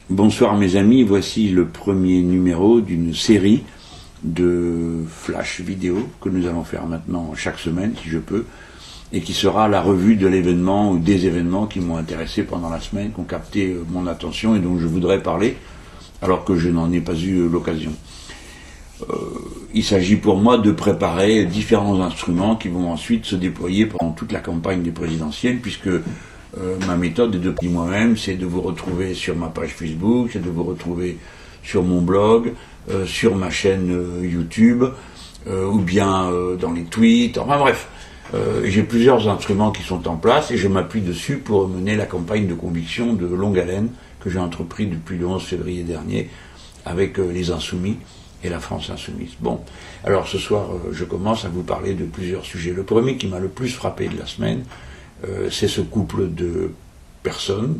Bonsoir mes amis, voici le premier numéro d'une série de flash vidéo que nous allons faire maintenant chaque semaine, si je peux, et qui sera la revue de l'événement ou des événements qui m'ont intéressé pendant la semaine, qui ont capté mon attention et dont je voudrais parler, alors que je n'en ai pas eu l'occasion. Il s'agit pour moi de préparer différents instruments qui vont ensuite se déployer pendant toute la campagne des présidentielles, puisque ma méthode est de moi-même, c'est de vous retrouver sur ma page Facebook, c'est de vous retrouver sur mon blog, sur ma chaîne YouTube, ou bien dans les tweets, enfin bref. J'ai plusieurs instruments qui sont en place et je m'appuie dessus pour mener la campagne de conviction de longue haleine que j'ai entrepris depuis le 11 février dernier avec les Insoumis et la France Insoumise. Bon, alors ce soir, je commence à vous parler de plusieurs sujets. Le premier qui m'a le plus frappé de la semaine, c'est ce couple de personnes,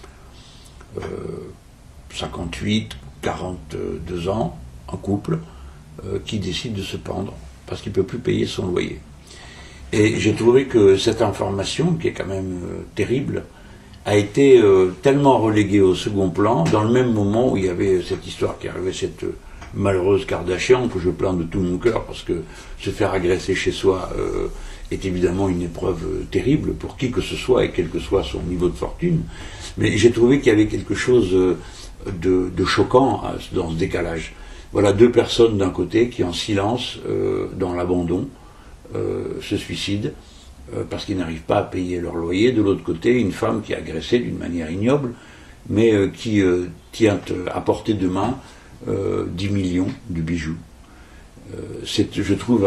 58, 42 ans, un couple, qui décide de se pendre parce qu'il ne peut plus payer son loyer. Et j'ai trouvé que cette information, qui est quand même terrible, a été tellement reléguée au second plan, dans le même moment où il y avait cette histoire qui arrivait, cette malheureuse Kardashian, que je plains de tout mon cœur, parce que se faire agresser chez soi est évidemment une épreuve terrible pour qui que ce soit et quel que soit son niveau de fortune. Mais j'ai trouvé qu'il y avait quelque chose de choquant dans ce décalage. Voilà deux personnes d'un côté qui, en silence, dans l'abandon, se suicident parce qu'ils n'arrivent pas à payer leur loyer. De l'autre côté, une femme qui est agressée d'une manière ignoble, mais qui tient à portée de main 10 millions de bijoux. C'est, je trouve,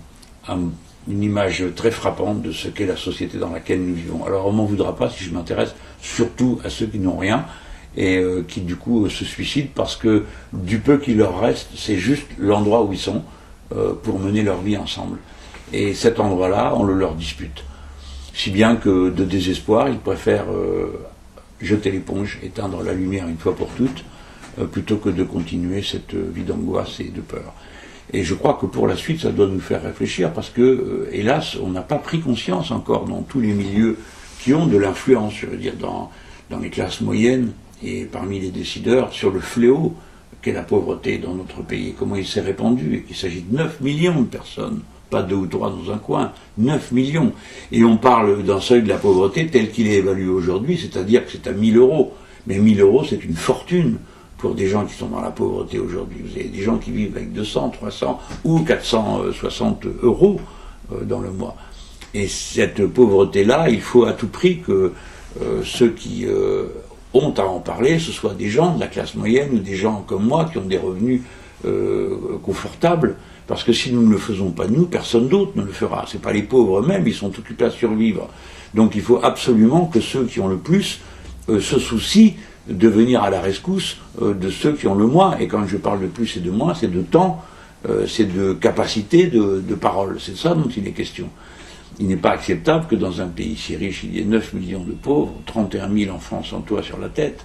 une image très frappante de ce qu'est la société dans laquelle nous vivons. Alors on m'en voudra pas si je m'intéresse surtout à ceux qui n'ont rien et qui du coup se suicident parce que du peu qui leur reste, c'est juste l'endroit où ils sont pour mener leur vie ensemble. Et cet endroit-là, on le leur dispute. Si bien que de désespoir, ils préfèrent jeter l'éponge, éteindre la lumière une fois pour toutes, plutôt que de continuer cette vie d'angoisse et de peur. Et je crois que pour la suite, ça doit nous faire réfléchir parce que, hélas, on n'a pas pris conscience encore dans tous les milieux qui ont de l'influence, je veux dire, dans les classes moyennes et parmi les décideurs, sur le fléau qu'est la pauvreté dans notre pays, comment il s'est répandu. Il s'agit de 9 millions de personnes, pas 2 ou 3 dans un coin, 9 millions. Et on parle d'un seuil de la pauvreté tel qu'il est évalué aujourd'hui, c'est-à-dire que c'est à 1 000 €. Mais 1 000 €, c'est une fortune pour des gens qui sont dans la pauvreté aujourd'hui. Vous avez des gens qui vivent avec 200, 300 ou 460 € dans le mois. Et cette pauvreté-là, il faut à tout prix que ceux qui ont à en parler, ce soient des gens de la classe moyenne ou des gens comme moi qui ont des revenus confortables, parce que si nous ne le faisons pas nous, personne d'autre ne le fera. Ce n'est pas les pauvres eux-mêmes, ils sont occupés à survivre. Donc il faut absolument que ceux qui ont le plus se soucient de venir à la rescousse de ceux qui ont le moins. Et quand je parle de plus et de moins, c'est de temps, c'est de capacité de parole. C'est de ça dont il est question. Il n'est pas acceptable que dans un pays si riche, il y ait 9 millions de pauvres, 31 000 enfants sans toit sur la tête,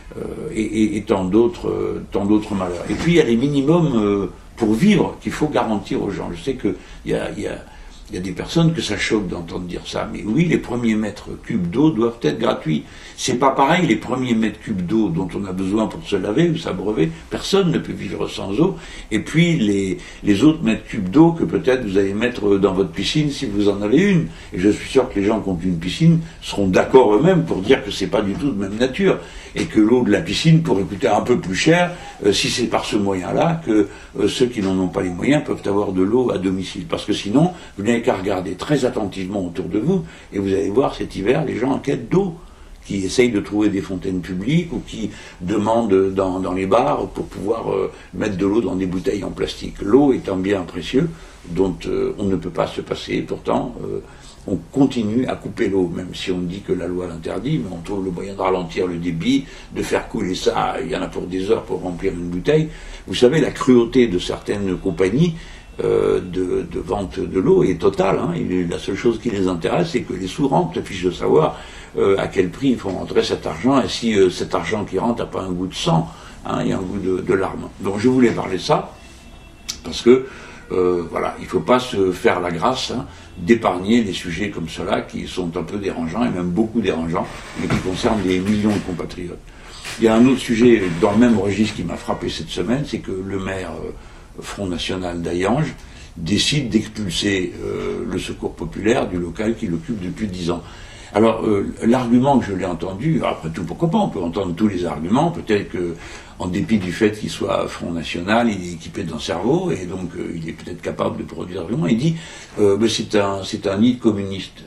et tant d'autres malheurs. Et puis il y a les minimums pour vivre qu'il faut garantir aux gens. Je sais qu'il y a des personnes que ça choque d'entendre dire ça, mais oui, les premiers mètres cubes d'eau doivent être gratuits. C'est pas pareil, les premiers mètres cubes d'eau dont on a besoin pour se laver ou s'abreuver, personne ne peut vivre sans eau. Et puis les autres mètres cubes d'eau que peut-être vous allez mettre dans votre piscine si vous en avez une. Et je suis sûr que les gens qui ont une piscine seront d'accord eux-mêmes pour dire que c'est pas du tout de même nature. Et que l'eau de la piscine pourrait coûter un peu plus cher si c'est par ce moyen-là que ceux qui n'en ont pas les moyens peuvent avoir de l'eau à domicile. Parce que sinon, vous n'avez qu'à regarder très attentivement autour de vous et vous allez voir cet hiver les gens en quête d'eau, qui essayent de trouver des fontaines publiques ou qui demandent dans les bars pour pouvoir mettre de l'eau dans des bouteilles en plastique. L'eau est un bien précieux dont on ne peut pas se passer. Pourtant, on continue à couper l'eau, même si on dit que la loi l'interdit, mais on trouve le moyen de ralentir le débit, de faire couler ça, il y en a pour des heures pour remplir une bouteille. Vous savez, la cruauté de certaines compagnies de vente de l'eau est totale. La seule chose qui les intéresse, c'est que les sous rentrent, fiche de savoir à quel prix il faut rentrer cet argent, et si cet argent qui rentre n'a pas un goût de sang, il y a un goût de larmes. Donc je voulais parler de ça, parce que voilà, il ne faut pas se faire la grâce d'épargner des sujets comme cela qui sont un peu dérangeants, et même beaucoup dérangeants, mais qui concernent des millions de compatriotes. Il y a un autre sujet dans le même registre qui m'a frappé cette semaine, c'est que le maire Front National d'Hayange décide d'expulser le Secours populaire du local qu'il occupe depuis 10 ans. Alors, l'argument que je l'ai entendu, après tout, pourquoi pas, on peut entendre tous les arguments, peut-être que, en dépit du fait qu'il soit Front National, il est équipé d'un cerveau, et donc il est peut-être capable de produire des arguments. Il dit, c'est un nid de communiste.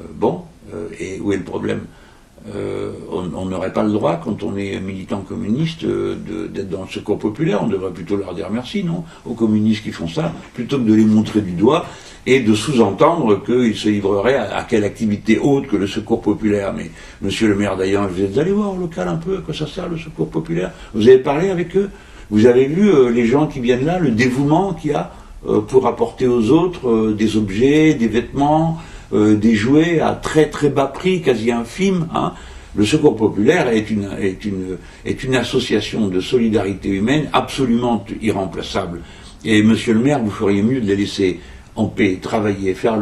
Et où est le problème? On n'aurait pas le droit, quand on est militant communiste, d'être dans le Secours populaire. On devrait plutôt leur dire merci, non, aux communistes qui font ça, plutôt que de les montrer du doigt et de sous-entendre qu'ils se livreraient à quelle activité autre que le Secours populaire. Mais, monsieur le maire d'Hayange, vous êtes allé voir au local un peu à quoi ça sert le Secours populaire? Vous avez parlé avec eux? Vous avez vu les gens qui viennent là, le dévouement qu'il y a pour apporter aux autres des objets, des vêtements, des jouets à très très bas prix, quasi infime, hein. Le Secours populaire est une association de solidarité humaine absolument irremplaçable. Et monsieur le maire, vous feriez mieux de les laisser en paix, travailler, faire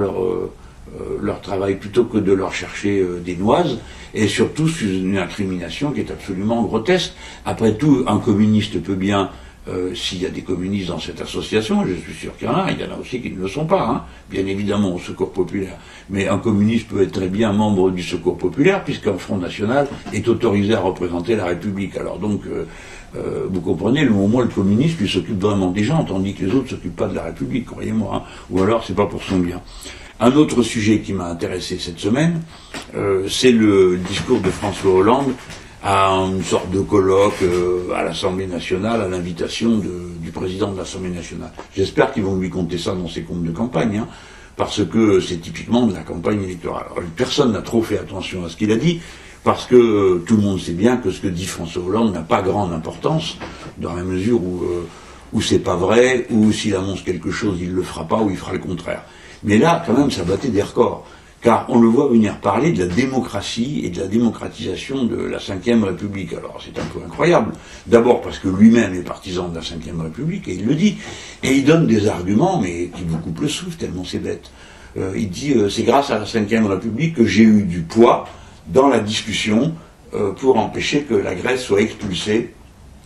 leur travail plutôt que de leur chercher des noises, et surtout sur une incrimination qui est absolument grotesque. Après tout, un communiste peut bien, s'il y a des communistes dans cette association, je suis sûr qu'il y en a aussi qui ne le sont pas, hein, bien évidemment au Secours populaire, mais un communiste peut être très bien membre du Secours populaire, puisqu'un Front National est autorisé à représenter la République. Alors donc, vous comprenez, au moins le communiste, lui s'occupe vraiment des gens, tandis que les autres ne s'occupent pas de la République, croyez-moi, hein, ou alors c'est pas pour son bien. Un autre sujet qui m'a intéressé cette semaine, c'est le discours de François Hollande à une sorte de colloque à l'Assemblée nationale, à l'invitation du président de l'Assemblée nationale. J'espère qu'ils vont lui compter ça dans ses comptes de campagne, hein, parce que c'est typiquement de la campagne électorale. Alors, personne n'a trop fait attention à ce qu'il a dit, parce que tout le monde sait bien que ce que dit François Hollande n'a pas grande importance, dans la mesure où c'est pas vrai, ou s'il annonce quelque chose, il le fera pas, ou il fera le contraire. Mais là, quand même, ça battait des records. Car on le voit venir parler de la démocratie et de la démocratisation de la Ve République. Alors c'est un peu incroyable. D'abord parce que lui-même est partisan de la Ve République, et il le dit. Et il donne des arguments, mais qui vous coupent le souffle, tellement c'est bête. Il dit, c'est grâce à la Ve République que j'ai eu du poids dans la discussion pour empêcher que la Grèce soit expulsée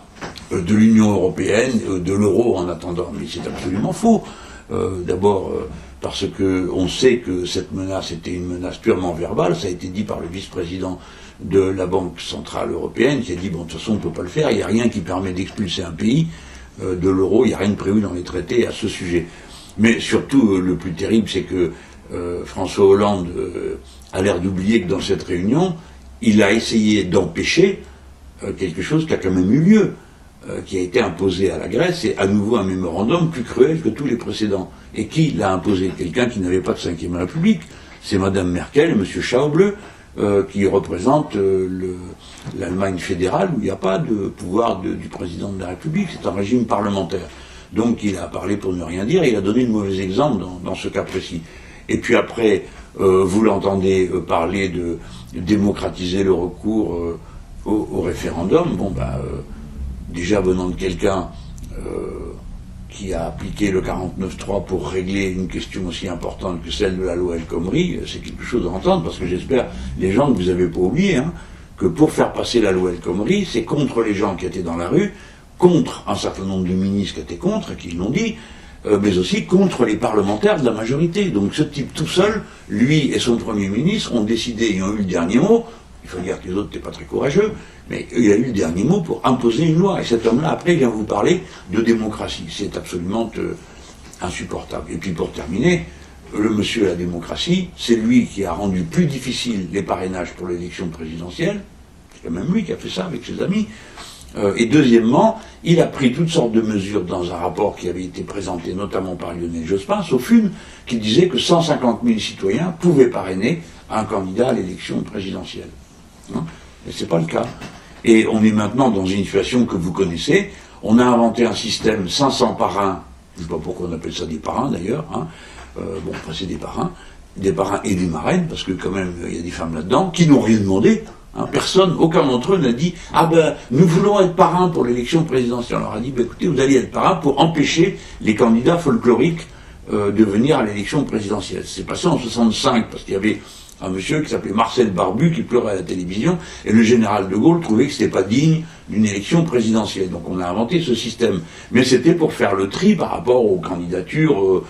de l'Union européenne, de l'euro en attendant. Mais c'est absolument faux. D'abord... parce que on sait que cette menace était une menace purement verbale, ça a été dit par le vice-président de la Banque Centrale Européenne, qui a dit, bon, de toute façon, on ne peut pas le faire, il n'y a rien qui permet d'expulser un pays de l'euro, il n'y a rien de prévu dans les traités à ce sujet. Mais surtout, le plus terrible, c'est que François Hollande a l'air d'oublier que dans cette réunion, il a essayé d'empêcher quelque chose qui a quand même eu lieu, qui a été imposé à la Grèce, c'est à nouveau un mémorandum plus cruel que tous les précédents. Et qui l'a imposé? Quelqu'un qui n'avait pas de Ve République. C'est Madame Merkel et Monsieur Schäuble, qui représentent l'Allemagne fédérale, où il n'y a pas de pouvoir du président de la République, c'est un régime parlementaire. Donc il a parlé pour ne rien dire, et il a donné de mauvais exemples dans ce cas précis. Et puis après, vous l'entendez parler de démocratiser le recours au référendum. Bon, déjà venant de quelqu'un qui a appliqué le 49.3 pour régler une question aussi importante que celle de la loi El Khomri, c'est quelque chose à entendre, parce que j'espère, les gens, que vous n'avez pas oublié, hein, que pour faire passer la loi El Khomri, c'est contre les gens qui étaient dans la rue, contre un certain nombre de ministres qui étaient contre, et qui l'ont dit, mais aussi contre les parlementaires de la majorité. Donc ce type tout seul, lui et son Premier ministre, ont décidé, et ont eu le dernier mot. Il faut dire que les autres n'étaient pas très courageux, mais il a eu le dernier mot pour imposer une loi. Et cet homme-là, après, vient vous parler de démocratie. C'est absolument insupportable. Et puis pour terminer, le monsieur à la démocratie, c'est lui qui a rendu plus difficile les parrainages pour l'élection présidentielle. C'est quand même lui qui a fait ça avec ses amis. Et deuxièmement, il a pris toutes sortes de mesures dans un rapport qui avait été présenté notamment par Lionel Jospin, sauf une qui disait que 150 000 citoyens pouvaient parrainer un candidat à l'élection présidentielle. Mais c'est pas le cas. Et on est maintenant dans une situation que vous connaissez. On a inventé un système 500 parrains. Je ne sais pas pourquoi on appelle ça des parrains d'ailleurs. Enfin c'est des parrains et des marraines, parce que quand même il y a des femmes là-dedans qui n'ont rien demandé. Personne, aucun d'entre eux n'a dit « Ah ben, nous voulons être parrains pour l'élection présidentielle ». On leur a dit « Écoutez, vous allez être parrains pour empêcher les candidats folkloriques de venir à l'élection présidentielle ». C'est passé en 65, parce qu'il y avait Un monsieur qui s'appelait Marcel Barbu, qui pleurait à la télévision, et le général de Gaulle trouvait que c'était pas digne d'une élection présidentielle. Donc on a inventé ce système. Mais c'était pour faire le tri par rapport aux candidatures,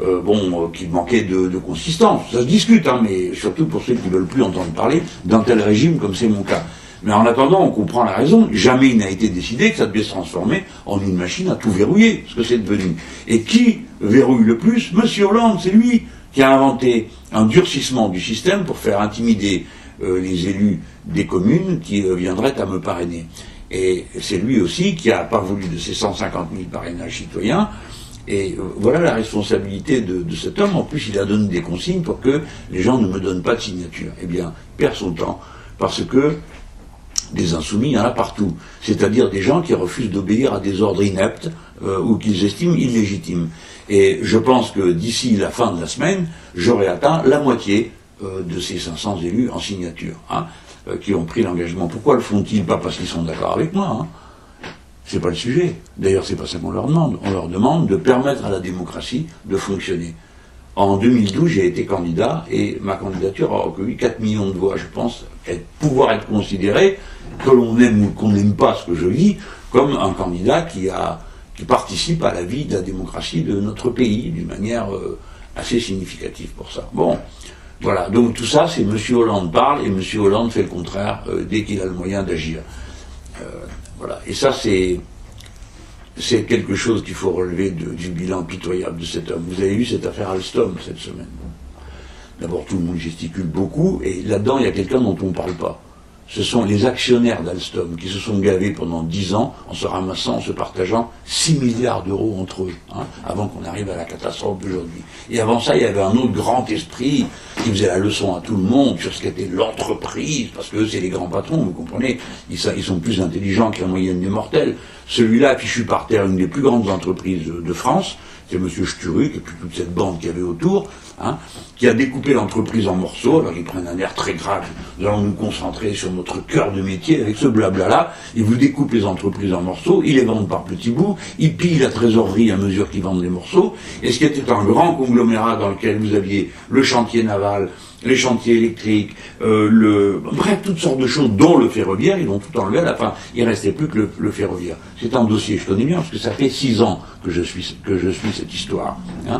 qui manquaient de consistance. Ça se discute, hein, mais surtout pour ceux qui ne veulent plus entendre parler d'un tel régime comme c'est mon cas. Mais en attendant, on comprend la raison. Jamais il n'a été décidé que ça devait se transformer en une machine à tout verrouiller, ce que c'est devenu. Et qui verrouille le plus? Monsieur Hollande, c'est lui qui a inventé un durcissement du système pour faire intimider les élus des communes qui viendraient à me parrainer. Et c'est lui aussi qui a pas voulu de ces 150 000 parrainages citoyens. Et voilà la responsabilité de cet homme. En plus, il a donné des consignes pour que les gens ne me donnent pas de signature. Eh bien, il perd son temps, parce que des insoumis, il y en a partout. C'est-à-dire des gens qui refusent d'obéir à des ordres ineptes ou qu'ils estiment illégitimes. Et je pense que d'ici la fin de la semaine, j'aurai atteint la moitié de ces 500 élus en signature, qui ont pris l'engagement. Pourquoi le font-ils? Pas parce qu'ils sont d'accord avec moi, hein. C'est pas le sujet. D'ailleurs, c'est pas ça qu'on leur demande. On leur demande de permettre à la démocratie de fonctionner. En 2012, j'ai été candidat et ma candidature a recueilli 4 millions de voix. Je pense pouvoir être considéré, que l'on aime ou qu'on n'aime pas ce que je vis, comme un candidat qui participe à la vie de la démocratie de notre pays d'une manière assez significative pour ça. Bon, voilà. Donc tout ça, c'est M. Hollande parle et M. Hollande fait le contraire dès qu'il a le moyen d'agir. Voilà. Et ça, c'est quelque chose qu'il faut relever du bilan pitoyable de cet homme. Vous avez vu cette affaire Alstom cette semaine. D'abord, tout le monde gesticule beaucoup, et là-dedans, il y a quelqu'un dont on ne parle pas. Ce sont les actionnaires d'Alstom qui se sont gavés pendant 10 ans en se ramassant, en se partageant 6 milliards d'euros entre eux, avant qu'on arrive à la catastrophe d'aujourd'hui. Et avant ça, il y avait un autre grand esprit qui faisait la leçon à tout le monde sur ce qu'était l'entreprise, parce que c'est les grands patrons, vous comprenez, ils sont plus intelligents que la moyenne des mortels. Celui-là a fichu par terre une des plus grandes entreprises de France, c'est M. Sturruc et puis toute cette bande qu'il y avait autour, qui a découpé l'entreprise en morceaux. Alors ils prennent un air très grave, nous allons nous concentrer sur notre cœur de métier avec ce blabla-là. Ils vous découpent les entreprises en morceaux, ils les vendent par petits bouts, ils pillent la trésorerie à mesure qu'ils vendent les morceaux. Et ce qui était un grand conglomérat dans lequel vous aviez le chantier naval, les chantiers électriques, bref, toutes sortes de choses, dont le ferroviaire, ils l'ont tout enlevé à la fin. Il ne restait plus que le ferroviaire. C'est un dossier, je connais bien, parce que ça fait 6 ans que je suis cette histoire.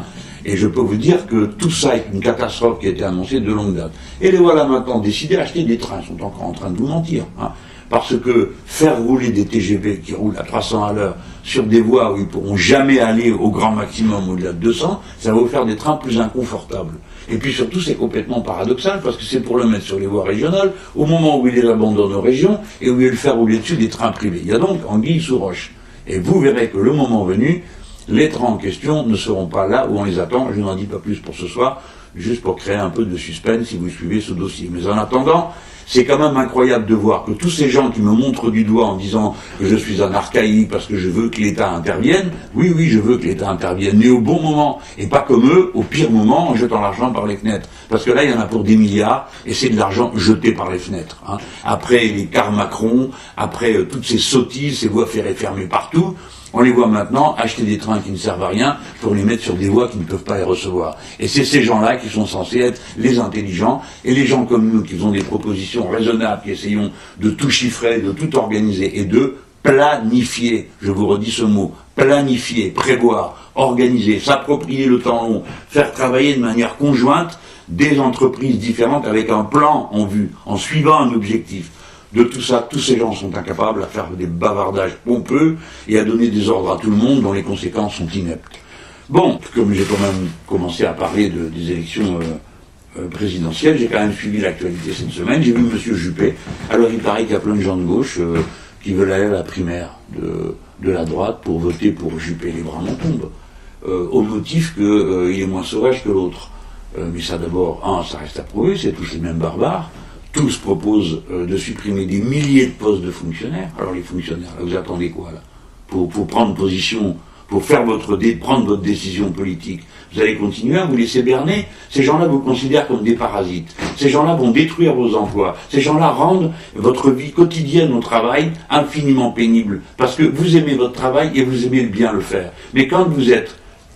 Et je peux vous dire que tout ça est une catastrophe qui a été annoncée de longue date. Et les voilà maintenant décidés à acheter des trains. Ils sont encore en train de vous mentir. Parce que faire rouler des TGV qui roulent à 300 à l'heure sur des voies où ils ne pourront jamais aller au grand maximum au-delà de 200, ça va vous faire des trains plus inconfortables. Et puis surtout, c'est complètement paradoxal, parce que c'est pour le mettre sur les voies régionales, au moment où il les abandonne aux régions, et où il le faire rouler dessus des trains privés. Il y a donc anguille sous roche. Et vous verrez que le moment venu, les trains en question ne seront pas là où on les attend. Je n'en dis pas plus pour ce soir, juste pour créer un peu de suspense si vous suivez ce dossier. Mais en attendant, c'est quand même incroyable de voir que tous ces gens qui me montrent du doigt en disant que je suis un archaïque parce que je veux que l'État intervienne, oui, je veux que l'État intervienne, mais au bon moment, et pas comme eux, au pire moment, en jetant l'argent par les fenêtres. Parce que là, il y en a pour des milliards, et c'est de l'argent jeté par les fenêtres. Après les cars Macron, après toutes ces sottises, ces voies ferrées fermées partout, on les voit maintenant acheter des trains qui ne servent à rien pour les mettre sur des voies qui ne peuvent pas les recevoir. Et c'est ces gens-là qui sont censés être les intelligents, et les gens comme nous qui faisons des propositions raisonnables, qui essayons de tout chiffrer, de tout organiser et de planifier. Je vous redis ce mot, planifier, prévoir, organiser, s'approprier le temps long, faire travailler de manière conjointe des entreprises différentes avec un plan en vue, en suivant un objectif. De tout ça, tous ces gens sont incapables à faire des bavardages pompeux et à donner des ordres à tout le monde dont les conséquences sont ineptes. Bon, comme j'ai quand même commencé à parler des élections présidentielles, j'ai quand même suivi l'actualité cette semaine, j'ai vu M. Juppé. Alors il paraît qu'il y a plein de gens de gauche qui veulent aller à la primaire de la droite pour voter pour Juppé. Les bras m'en tombent, au motif qu'il est moins sauvage que l'autre. Mais ça d'abord, ça reste à prouver, c'est tous les mêmes barbares. Tous proposent de supprimer des milliers de postes de fonctionnaires. Alors les fonctionnaires, là, vous attendez quoi là pour prendre position, pour prendre votre décision politique. Vous allez continuer à vous laisser berner. Ces gens-là vous considèrent comme des parasites. Ces gens-là vont détruire vos emplois. Ces gens-là rendent votre vie quotidienne au travail infiniment pénible. Parce que vous aimez votre travail et vous aimez bien le faire. Mais quand vous êtes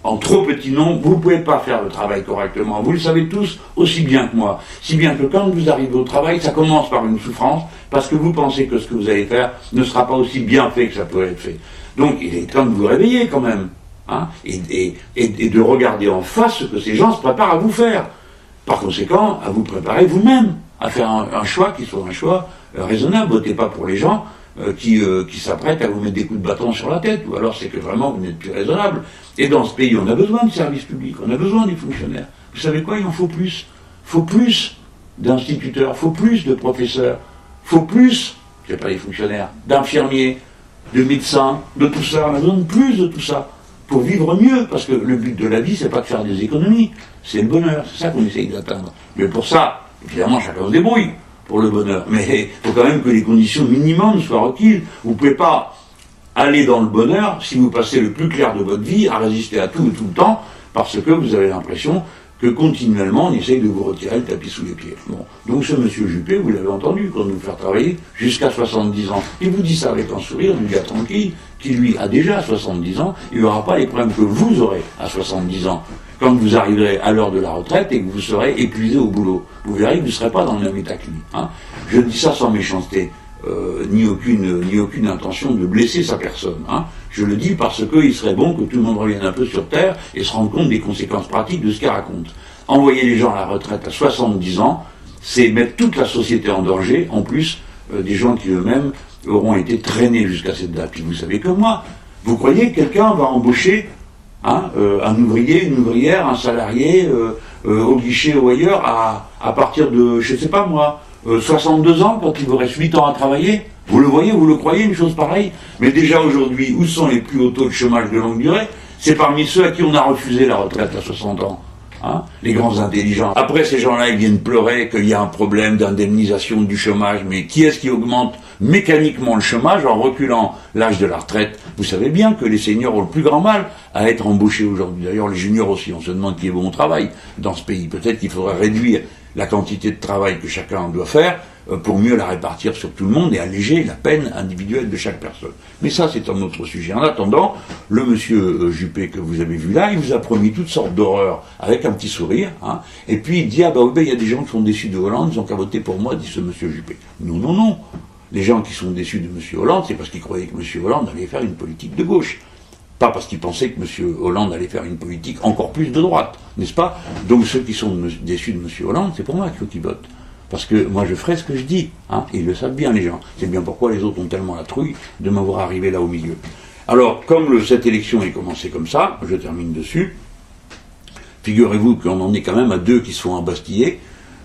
en trop petit nombre, vous ne pouvez pas faire le travail correctement. Vous le savez tous aussi bien que moi. Si bien que quand vous arrivez au travail, ça commence par une souffrance, parce que vous pensez que ce que vous allez faire ne sera pas aussi bien fait que ça peut être fait. Donc il est temps de vous réveiller quand même, hein, et de regarder en face ce que ces gens se préparent à vous faire. Par conséquent, à vous préparer vous-même, à faire un choix qui soit un choix raisonnable. Votez pas pour les gens qui s'apprêtent à vous mettre des coups de bâton sur la tête, ou alors c'est que vraiment vous n'êtes plus raisonnable. Et dans ce pays, on a besoin de services publics, on a besoin des fonctionnaires. Vous savez quoi, il en faut plus. Il faut plus d'instituteurs, il faut plus de professeurs, il faut plus, je ne sais pas les fonctionnaires, d'infirmiers, de médecins, de tout ça. On a besoin de plus de tout ça pour vivre mieux, parce que le but de la vie, c'est pas de faire des économies, c'est le bonheur, c'est ça qu'on essaye d'atteindre. Mais pour ça, évidemment, chacun se débrouille pour le bonheur, mais il faut quand même que les conditions minimum soient requises. Vous ne pouvez pas aller dans le bonheur si vous passez le plus clair de votre vie à résister à tout et tout le temps, parce que vous avez l'impression que continuellement on essaye de vous retirer le tapis sous les pieds. Bon. Donc ce monsieur Juppé, vous l'avez entendu, quand vous faire travailler jusqu'à 70 ans. Il vous dit ça avec un sourire du gars tranquille, qui lui a déjà 70 ans, il n'aura pas les problèmes que vous aurez à 70 ans, quand vous arriverez à l'heure de la retraite et que vous serez épuisé au boulot. Vous verrez que vous ne serez pas dans le même état que lui. Hein. Je dis ça sans méchanceté. Ni aucune intention de blesser sa personne. Hein. Je le dis parce qu'il serait bon que tout le monde revienne un peu sur Terre et se rende compte des conséquences pratiques de ce qu'il raconte. Envoyer les gens à la retraite à 70 ans, c'est mettre toute la société en danger, en plus des gens qui eux-mêmes auront été traînés jusqu'à cette date. Puis vous savez comme moi, vous croyez que quelqu'un va embaucher un ouvrier, une ouvrière, un salarié au guichet ou ailleurs à partir de, je ne sais pas moi, 62 ans, quand il vous reste 8 ans à travailler? Vous le voyez, vous le croyez, une chose pareille? Mais déjà aujourd'hui, où sont les plus hauts taux de chômage de longue durée? C'est parmi ceux à qui on a refusé la retraite à 60 ans. Hein, les grands intelligents. Après, ces gens-là, ils viennent pleurer qu'il y a un problème d'indemnisation du chômage. Mais qui est-ce qui augmente mécaniquement le chômage en reculant l'âge de la retraite? Vous savez bien que les seniors ont le plus grand mal à être embauchés aujourd'hui. D'ailleurs, les juniors aussi. On se demande qui est bon au travail dans ce pays. Peut-être qu'il faudrait réduire la quantité de travail que chacun doit faire pour mieux la répartir sur tout le monde et alléger la peine individuelle de chaque personne. Mais ça, c'est un autre sujet. En attendant, le monsieur Juppé que vous avez vu là, il vous a promis toutes sortes d'horreurs avec un petit sourire, hein, et puis il dit, ah bah oui, il y a des gens qui sont déçus de Hollande, ils ont qu'à voter pour moi, dit ce monsieur Juppé. Non, non, non. Les gens qui sont déçus de monsieur Hollande, c'est parce qu'ils croyaient que monsieur Hollande allait faire une politique de gauche. Pas parce qu'ils pensaient que M. Hollande allait faire une politique encore plus de droite, n'est-ce pas? Donc ceux qui sont déçus de M. Hollande, c'est pour moi qu'il faut qu'ils votent. Parce que moi je ferai ce que je dis, hein, ils le savent bien les gens. C'est bien pourquoi les autres ont tellement la trouille de me voir arriver là au milieu. Alors, comme cette élection est commencée comme ça, je termine dessus, figurez-vous qu'on en est quand même à 2 qui se sont embastillés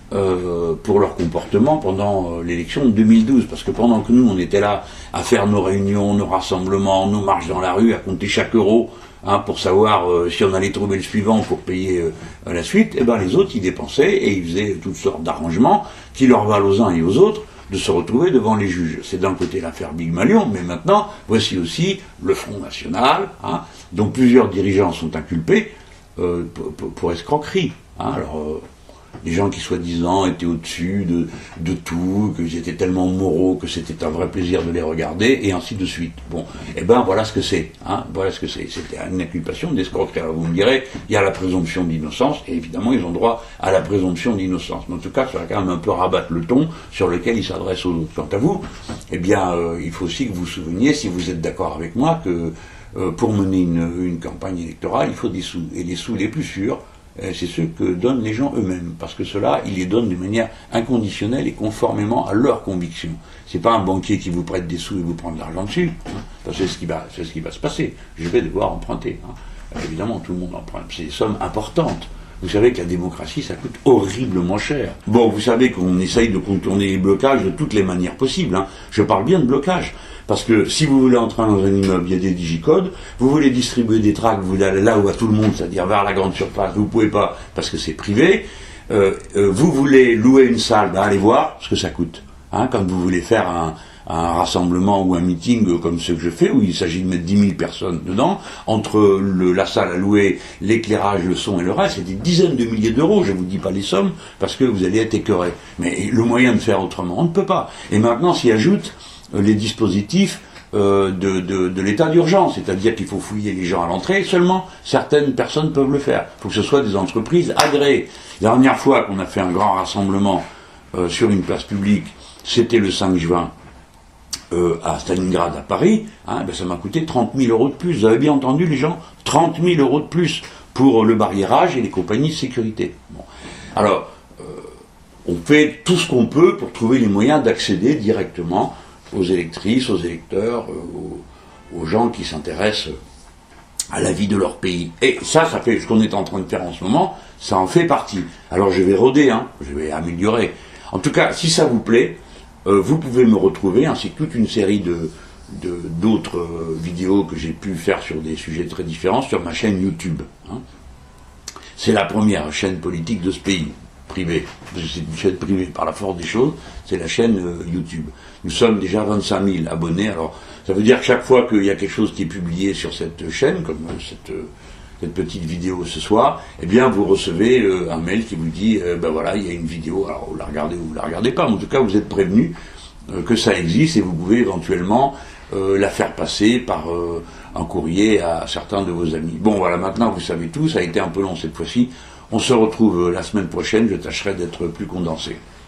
pour leur comportement pendant l'élection de 2012, parce que pendant que nous on était là à faire nos réunions, nos rassemblements, nos marches dans la rue, à compter chaque euro, hein, pour savoir si on allait trouver le suivant pour payer la suite, et ben les autres ils dépensaient et ils faisaient toutes sortes d'arrangements qui leur valent aux uns et aux autres de se retrouver devant les juges. C'est d'un côté l'affaire Big Malion, mais maintenant voici aussi le Front National, hein, dont plusieurs dirigeants sont inculpés pour escroquerie. Hein, alors les gens qui soi-disant étaient au-dessus de tout, qu'ils étaient tellement moraux que c'était un vrai plaisir de les regarder, et ainsi de suite. Bon, et ben voilà ce que c'est. Hein, voilà ce que c'est. C'était une inculpation d'escroquerie. Vous me direz, il y a la présomption d'innocence, et évidemment ils ont droit à la présomption d'innocence. Mais en tout cas, ça va quand même un peu rabattre le ton sur lequel ils s'adressent aux autres. Quant à vous, eh bien, il faut aussi que vous vous souveniez, si vous êtes d'accord avec moi, que pour mener une campagne électorale, il faut des sous. Et les sous les plus sûrs, c'est ceux que donnent les gens eux-mêmes, parce que ceux-là, ils les donnent de manière inconditionnelle et conformément à leurs convictions. C'est pas un banquier qui vous prête des sous et vous prend de l'argent dessus. Hein. C'est ce qui va se passer. Je vais devoir emprunter. Hein. Évidemment, tout le monde emprunte. C'est des sommes importantes. Vous savez que la démocratie, ça coûte horriblement cher. Bon, vous savez qu'on essaye de contourner les blocages de toutes les manières possibles. Hein. Je parle bien de blocage. Parce que si vous voulez entrer dans un immeuble, il y a des digicodes, vous voulez distribuer des tracts, vous voulez aller là où va tout le monde, c'est-à-dire vers la grande surface, vous ne pouvez pas parce que c'est privé. Vous voulez louer une salle, ben allez voir ce que ça coûte. Hein, quand vous voulez faire un rassemblement ou un meeting comme ce que je fais, où il s'agit de mettre 10 000 personnes dedans, entre la salle à louer, l'éclairage, le son et le reste, c'est des dizaines de milliers d'euros, je ne vous dis pas les sommes, parce que vous allez être écœurés. Mais le moyen de faire autrement, on ne peut pas. Et maintenant s'y ajoute les dispositifs de l'état d'urgence, c'est-à-dire qu'il faut fouiller les gens à l'entrée, seulement certaines personnes peuvent le faire. Il faut que ce soit des entreprises agréées. La dernière fois qu'on a fait un grand rassemblement sur une place publique, c'était le 5 juin à Stalingrad, à Paris, hein, ben ça m'a coûté 30 000 € de plus. Vous avez bien entendu les gens, 30 000 € de plus pour le barriérage et les compagnies de sécurité. Bon. Alors, on fait tout ce qu'on peut pour trouver les moyens d'accéder directement aux électrices, aux électeurs, aux gens qui s'intéressent à la vie de leur pays. Et ça fait ce qu'on est en train de faire en ce moment, ça en fait partie. Alors je vais roder, hein, je vais améliorer. En tout cas, si ça vous plaît, vous pouvez me retrouver, ainsi que toute une série d'autres vidéos que j'ai pu faire sur des sujets très différents sur ma chaîne YouTube. Hein. C'est la première chaîne politique de ce pays. Privée, c'est une chaîne privée par la force des choses, c'est la chaîne YouTube. Nous sommes déjà 25 000 abonnés, alors ça veut dire que chaque fois qu'il y a quelque chose qui est publié sur cette chaîne, comme cette petite vidéo ce soir, eh bien vous recevez un mail qui vous dit, ben voilà, il y a une vidéo, alors vous la regardez ou vous la regardez pas, mais en tout cas vous êtes prévenu que ça existe et vous pouvez éventuellement la faire passer par un courrier à certains de vos amis. Bon voilà, maintenant vous savez tout, ça a été un peu long cette fois-ci. On se retrouve la semaine prochaine, je tâcherai d'être plus condensé.